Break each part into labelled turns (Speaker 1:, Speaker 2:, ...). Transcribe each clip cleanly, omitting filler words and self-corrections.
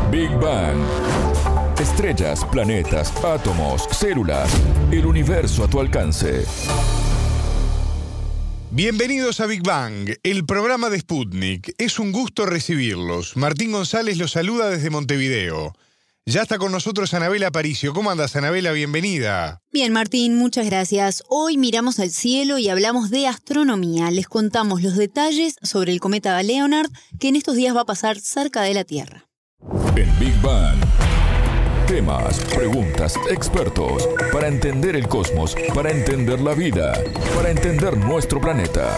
Speaker 1: Big Bang. Estrellas, planetas, átomos, células, el universo a tu alcance.
Speaker 2: Bienvenidos a Big Bang, el programa de Sputnik. Es un gusto recibirlos. Martín González los saluda desde Montevideo. Ya está con nosotros Anabela Aparicio. ¿Cómo andas, Anabela? Bienvenida.
Speaker 3: Bien, Martín, muchas gracias. Hoy miramos al cielo y hablamos de astronomía. Les contamos los detalles sobre el cometa Leonard, que en estos días va a pasar cerca de la Tierra.
Speaker 1: En Big Bang. Temas, preguntas, expertos, para entender el cosmos, para entender la vida, para entender nuestro planeta.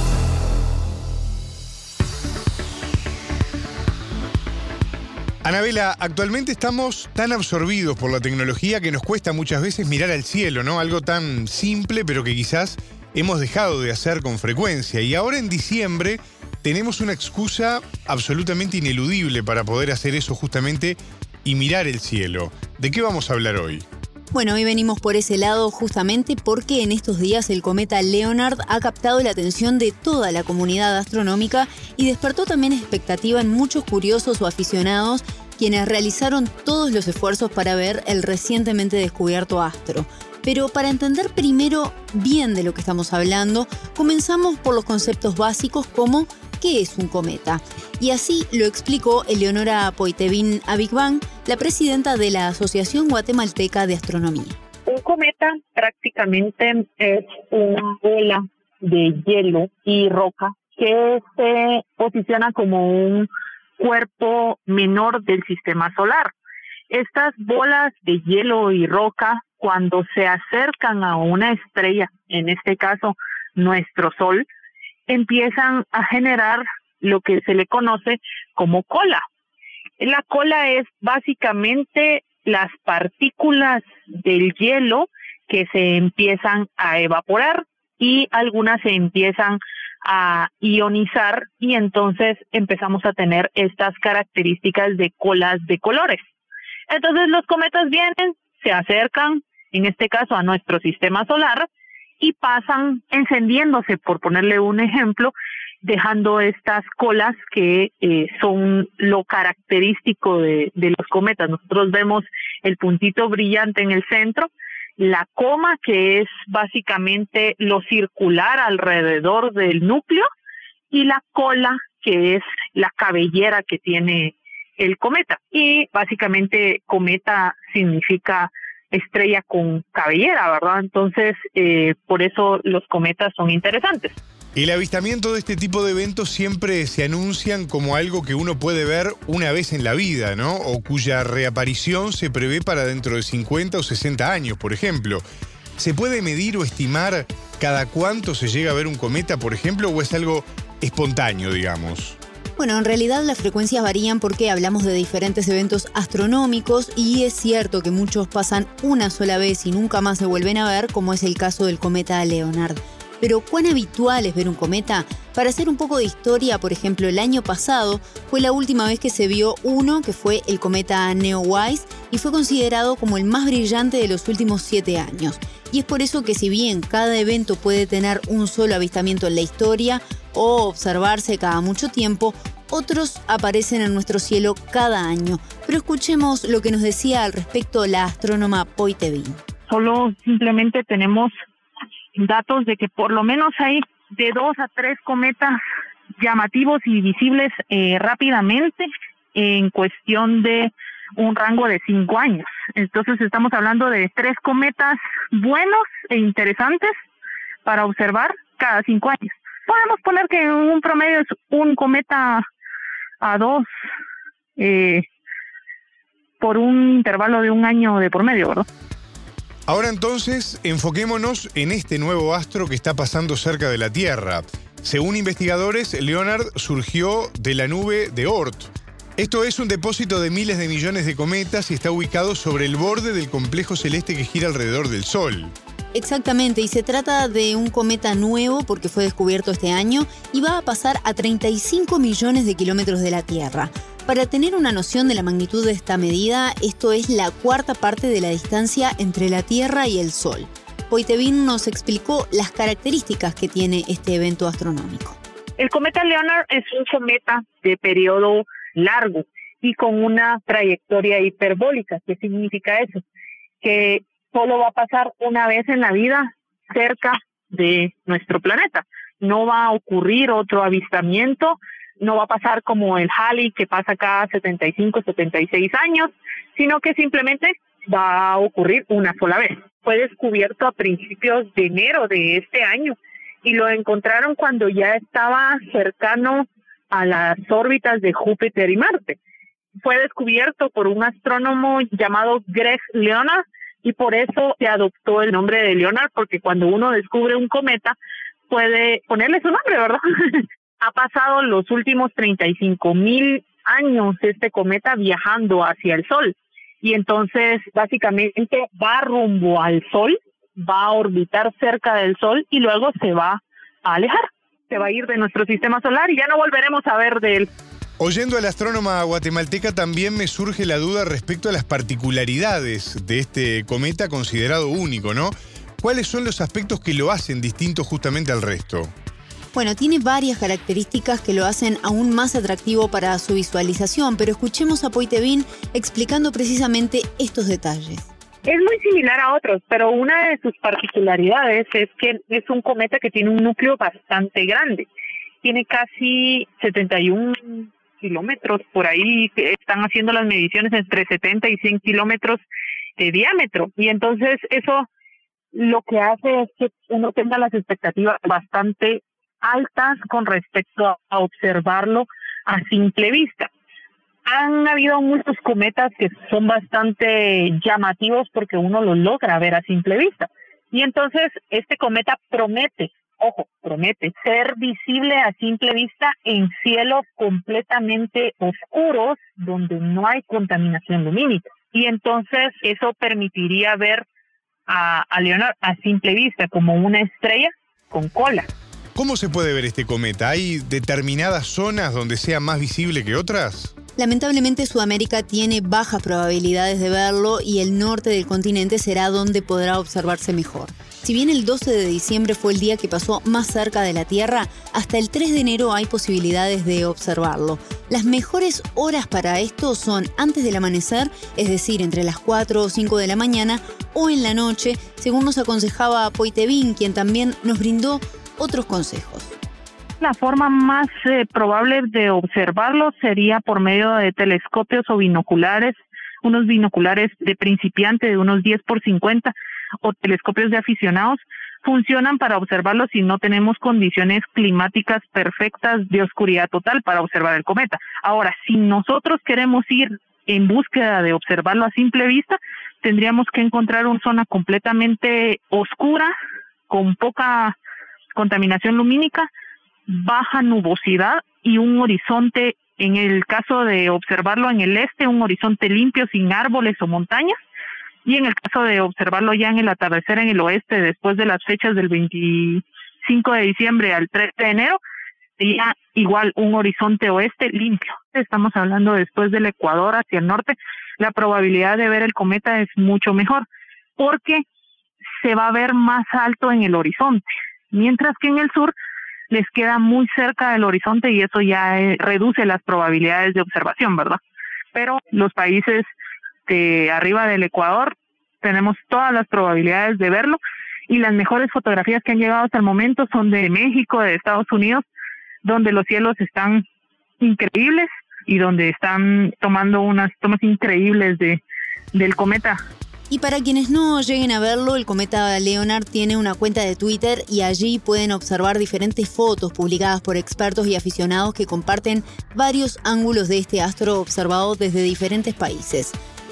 Speaker 2: Anabela, actualmente estamos tan absorbidos por la tecnología que nos cuesta muchas veces mirar al cielo, ¿no? Algo tan simple, pero que quizás hemos dejado de hacer con frecuencia. Y ahora en diciembre tenemos una excusa absolutamente ineludible para poder hacer eso justamente y mirar el cielo. ¿De qué vamos a hablar hoy?
Speaker 3: Bueno, hoy venimos por ese lado justamente porque en estos días el cometa Leonard ha captado la atención de toda la comunidad astronómica y despertó también expectativa en muchos curiosos o aficionados quienes realizaron todos los esfuerzos para ver el recientemente descubierto astro. Pero para entender primero bien de lo que estamos hablando, comenzamos por los conceptos básicos como ¿qué es un cometa? Y así lo explicó Eleonora Poitevin a Big Bang, la presidenta de la Asociación Guatemalteca de Astronomía.
Speaker 4: Un cometa prácticamente es una bola de hielo y roca que se posiciona como un cuerpo menor del sistema solar. Estas bolas de hielo y roca, cuando se acercan a una estrella, en este caso nuestro Sol, empiezan a generar lo que se le conoce como cola. La cola es básicamente las partículas del hielo que se empiezan a evaporar y algunas se empiezan a ionizar y entonces empezamos a tener estas características de colas de colores. Entonces los cometas vienen, se acercan, en este caso a nuestro sistema solar, y pasan encendiéndose, por ponerle un ejemplo, dejando estas colas que son lo característico de los cometas. Nosotros vemos el puntito brillante en el centro, la coma, que es básicamente lo circular alrededor del núcleo, y la cola, que es la cabellera que tiene el cometa. Y básicamente cometa significa estrella con cabellera, ¿verdad? Entonces, por eso los cometas son interesantes.
Speaker 2: El avistamiento de este tipo de eventos siempre se anuncian como algo que uno puede ver una vez en la vida, ¿no? O cuya reaparición se prevé para dentro de 50 o 60 años, por ejemplo. ¿Se puede medir o estimar cada cuánto se llega a ver un cometa, por ejemplo, o es algo espontáneo, digamos?
Speaker 3: Bueno, en realidad las frecuencias varían porque hablamos de diferentes eventos astronómicos y es cierto que muchos pasan una sola vez y nunca más se vuelven a ver, como es el caso del cometa Leonard. Pero ¿cuán habitual es ver un cometa? Para hacer un poco de historia, por ejemplo, el año pasado fue la última vez que se vio uno, que fue el cometa Neowise, y fue considerado como el más brillante de los últimos 7 años. Y es por eso que si bien cada evento puede tener un solo avistamiento en la historia o observarse cada mucho tiempo, otros aparecen en nuestro cielo cada año. Pero escuchemos lo que nos decía al respecto la astrónoma Poitevin.
Speaker 4: Solo simplemente tenemos datos de que por lo menos hay de 2 a 3 cometas llamativos y visibles rápidamente en cuestión de un rango de 5 años. Entonces estamos hablando de 3 cometas buenos e interesantes para observar cada 5 años. Podemos poner que un promedio es un cometa a 2 por un intervalo de 1 año de por medio, ¿verdad?
Speaker 2: Ahora entonces, enfoquémonos en este nuevo astro que está pasando cerca de la Tierra. Según investigadores, Leonard surgió de la nube de Oort. Esto es un depósito de miles de millones de cometas y está ubicado sobre el borde del complejo celeste que gira alrededor del Sol.
Speaker 3: Exactamente, y se trata de un cometa nuevo porque fue descubierto este año y va a pasar a 35 millones de kilómetros de la Tierra. Para tener una noción de la magnitud de esta medida, esto es la 4ª parte de la distancia entre la Tierra y el Sol. Poitevin nos explicó las características que tiene este evento astronómico.
Speaker 4: El cometa Leonard es un cometa de periodo largo y con una trayectoria hiperbólica. ¿Qué significa eso? Que solo va a pasar una vez en la vida cerca de nuestro planeta. No va a ocurrir otro avistamiento, no va a pasar como el Halley que pasa cada 75, 76 años, sino que simplemente va a ocurrir una sola vez. Fue descubierto a principios de enero de este año y lo encontraron cuando ya estaba cercano a las órbitas de Júpiter y Marte. Fue descubierto por un astrónomo llamado Greg Leonard y por eso se adoptó el nombre de Leonard, porque cuando uno descubre un cometa puede ponerle su nombre, ¿verdad? Ha pasado los últimos 35,000 años este cometa viajando hacia el Sol y entonces básicamente va rumbo al Sol, va a orbitar cerca del Sol y luego se va a alejar, se va a ir de nuestro sistema solar y ya no volveremos a ver de él.
Speaker 2: Oyendo a la astrónoma guatemalteca también me surge la duda respecto a las particularidades de este cometa considerado único, ¿no? ¿Cuáles son los aspectos que lo hacen distinto justamente al resto?
Speaker 3: Bueno, tiene varias características que lo hacen aún más atractivo para su visualización, pero escuchemos a Poitevin explicando precisamente estos detalles.
Speaker 4: Es muy similar a otros, pero una de sus particularidades es que es un cometa que tiene un núcleo bastante grande. Tiene casi 71 kilómetros, por ahí están haciendo las mediciones entre 70 y 100 kilómetros de diámetro. Y entonces eso lo que hace es que uno tenga las expectativas bastante altas con respecto a observarlo a simple vista. Han habido muchos cometas que son bastante llamativos porque uno los logra ver a simple vista. Y entonces este cometa promete ser visible a simple vista en cielos completamente oscuros donde no hay contaminación lumínica. Y entonces eso permitiría ver a Leonard a simple vista como una estrella con cola.
Speaker 2: ¿Cómo se puede ver este cometa? ¿Hay determinadas zonas donde sea más visible que otras?
Speaker 3: Lamentablemente Sudamérica tiene bajas probabilidades de verlo y el norte del continente será donde podrá observarse mejor. Si bien el 12 de diciembre fue el día que pasó más cerca de la Tierra, hasta el 3 de enero hay posibilidades de observarlo. Las mejores horas para esto son antes del amanecer, es decir, entre las 4 o 5 de la mañana, o en la noche, según nos aconsejaba Poitevin, quien también nos brindó otros consejos.
Speaker 4: La forma más probable de observarlo sería por medio de telescopios o binoculares, unos binoculares de principiante de unos 10x50 o telescopios de aficionados. Funcionan para observarlo si no tenemos condiciones climáticas perfectas de oscuridad total para observar el cometa. Ahora, si nosotros queremos ir en búsqueda de observarlo a simple vista, tendríamos que encontrar una zona completamente oscura, con poca contaminación lumínica, baja nubosidad y un horizonte, en el caso de observarlo en el este, un horizonte limpio sin árboles o montañas, y en el caso de observarlo ya en el atardecer en el oeste, después de las fechas del 25 de diciembre al 3 de enero, sería igual un horizonte oeste limpio. Estamos hablando después del Ecuador hacia el norte, la probabilidad de ver el cometa es mucho mejor, porque se va a ver más alto en el horizonte, mientras que en el sur les queda muy cerca del horizonte y eso ya reduce las probabilidades de observación, ¿verdad? Pero los países de arriba del Ecuador tenemos todas las probabilidades de verlo y las mejores fotografías que han llegado hasta el momento son de México, de Estados Unidos, donde los cielos están increíbles y donde están tomando unas tomas increíbles del cometa.
Speaker 3: Y para quienes no lleguen a verlo, el cometa Leonard tiene una cuenta de Twitter y allí pueden observar diferentes fotos publicadas por expertos y aficionados que comparten varios ángulos de este astro observado desde diferentes países.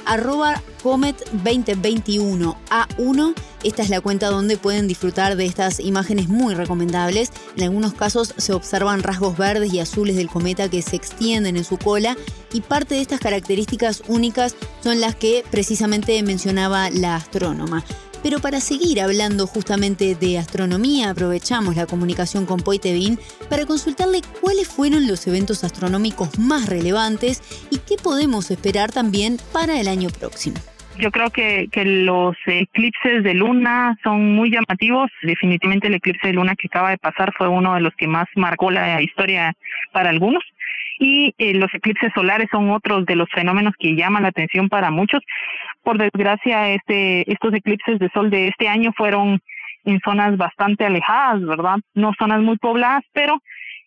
Speaker 3: @Comet2021A1. Esta es la cuenta donde pueden disfrutar de estas imágenes muy recomendables. En algunos casos se observan rasgos verdes y azules del cometa que se extienden en su cola y parte de estas características únicas son las que precisamente mencionaba la astrónoma. Pero para seguir hablando justamente de astronomía, aprovechamos la comunicación con Poitevin para consultarle cuáles fueron los eventos astronómicos más relevantes y qué podemos esperar también para el año próximo.
Speaker 4: Yo creo que los eclipses de luna son muy llamativos. Definitivamente el eclipse de luna que acaba de pasar fue uno de los que más marcó la historia para algunos. Y los eclipses solares son otros de los fenómenos que llaman la atención para muchos. Por desgracia, estos eclipses de sol de este año fueron en zonas bastante alejadas, ¿verdad? No zonas muy pobladas, pero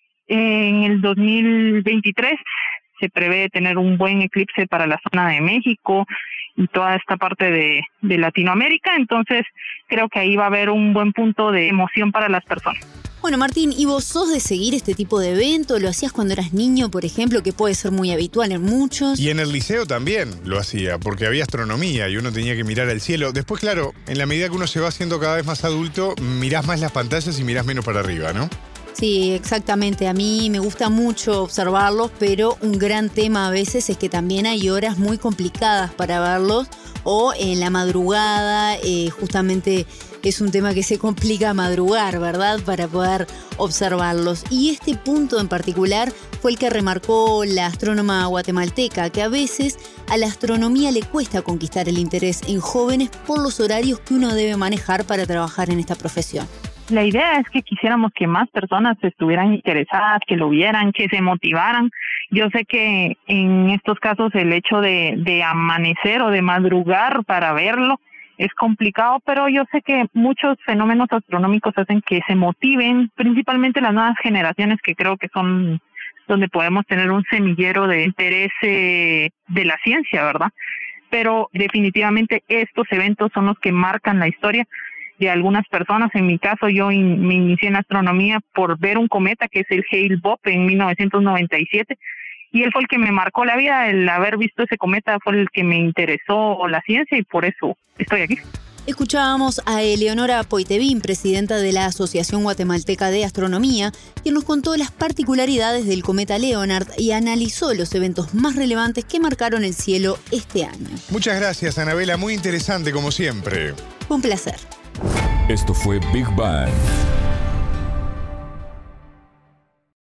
Speaker 4: en el 2023 se prevé tener un buen eclipse para la zona de México y toda esta parte de Latinoamérica. Entonces, creo que ahí va a haber un buen punto de emoción para las personas.
Speaker 3: Bueno, Martín, ¿y vos sos de seguir este tipo de evento? ¿Lo hacías cuando eras niño, por ejemplo, que puede ser muy habitual en muchos?
Speaker 2: Y en el liceo también lo hacía, porque había astronomía y uno tenía que mirar al cielo. Después, claro, en la medida que uno se va haciendo cada vez más adulto, mirás más las pantallas y mirás menos para arriba, ¿no?
Speaker 3: Sí, exactamente. A mí me gusta mucho observarlos, pero un gran tema a veces es que también hay horas muy complicadas para verlos o en la madrugada, justamente es un tema que se complica madrugar, ¿verdad? Para poder observarlos. Y este punto en particular fue el que remarcó la astrónoma guatemalteca, que a veces a la astronomía le cuesta conquistar el interés en jóvenes por los horarios que uno debe manejar para trabajar en esta profesión.
Speaker 4: La idea es que quisiéramos que más personas estuvieran interesadas, que lo vieran, que se motivaran. Yo sé que en estos casos el hecho de amanecer o de madrugar para verlo es complicado, pero yo sé que muchos fenómenos astronómicos hacen que se motiven, principalmente las nuevas generaciones, que creo que son donde podemos tener un semillero de interés de la ciencia, ¿verdad? Pero definitivamente estos eventos son los que marcan la historia de algunas personas. En mi caso, yo me inicié en astronomía por ver un cometa que es el Hale-Bopp en 1997, y él fue el que me marcó la vida. El haber visto ese cometa fue el que me interesó la ciencia y por eso estoy aquí.
Speaker 3: Escuchábamos a Eleonora Poitevin, presidenta de la Asociación Guatemalteca de Astronomía, quien nos contó las particularidades del cometa Leonard y analizó los eventos más relevantes que marcaron el cielo este año.
Speaker 2: Muchas gracias, Anabela. Muy interesante, como siempre.
Speaker 3: Fue un placer.
Speaker 1: Esto fue Big Bang.